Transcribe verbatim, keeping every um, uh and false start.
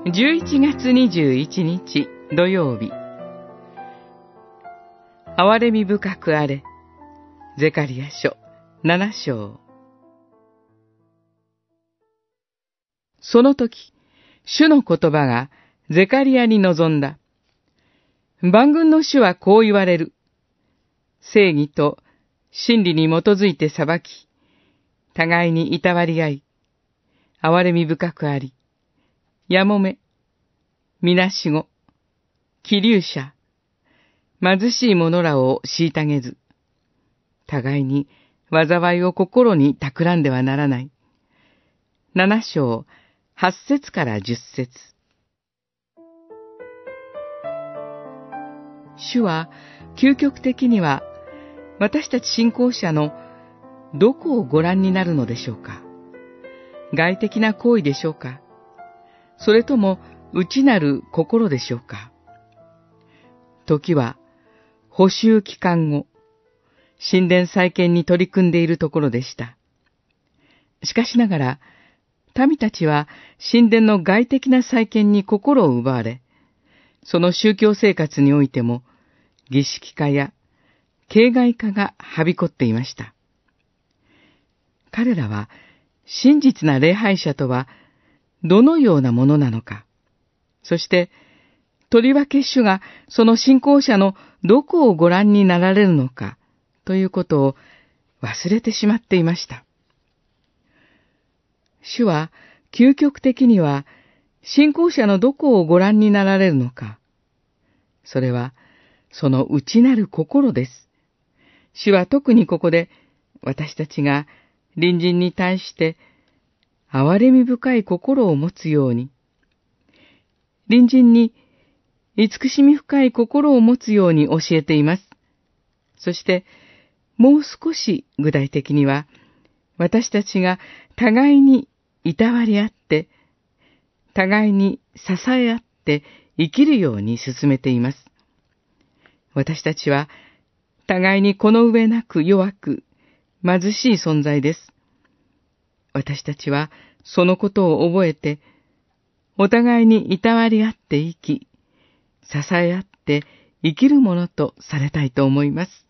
じゅういちがつにじゅういちにち土曜日。憐れみ深くあれ。ゼカリヤ書ななしょう。その時、主の言葉がゼカリヤに臨んだ。万軍の主はこう言われる。正義と真理に基づいて裁き、互いにいたわり合い、憐れみ深くあり、やもめ、みなしご、気流者、貧しい者らを虐げず、互いに災いを心に企んではならない。七章、八節から十節。主は究極的には私たち信仰者のどこをご覧になるのでしょうか。外的な行為でしょうか。それとも内なる心でしょうか。時は補修期間後、神殿再建に取り組んでいるところでした。しかしながら、民たちは神殿の外的な再建に心を奪われ、その宗教生活においても、儀式化や形骸化がはびこっていました。彼らは真実な礼拝者とはどのようなものなのか、そしてとりわけ主がその信仰者のどこをご覧になられるのかということを忘れてしまっていました。主は究極的には信仰者のどこをご覧になられるのか、それはその内なる心です。主は特にここで私たちが隣人に対して憐れみ深い心を持つように、隣人に慈しみ深い心を持つように教えています。そしてもう少し具体的には、私たちが互いにいたわり合って、互いに支え合って生きるように進めています。私たちは互いにこの上なく弱く貧しい存在です。私たちはそのことを覚えて、お互いにいたわり合って生き、支え合って生きるものとされたいと思います。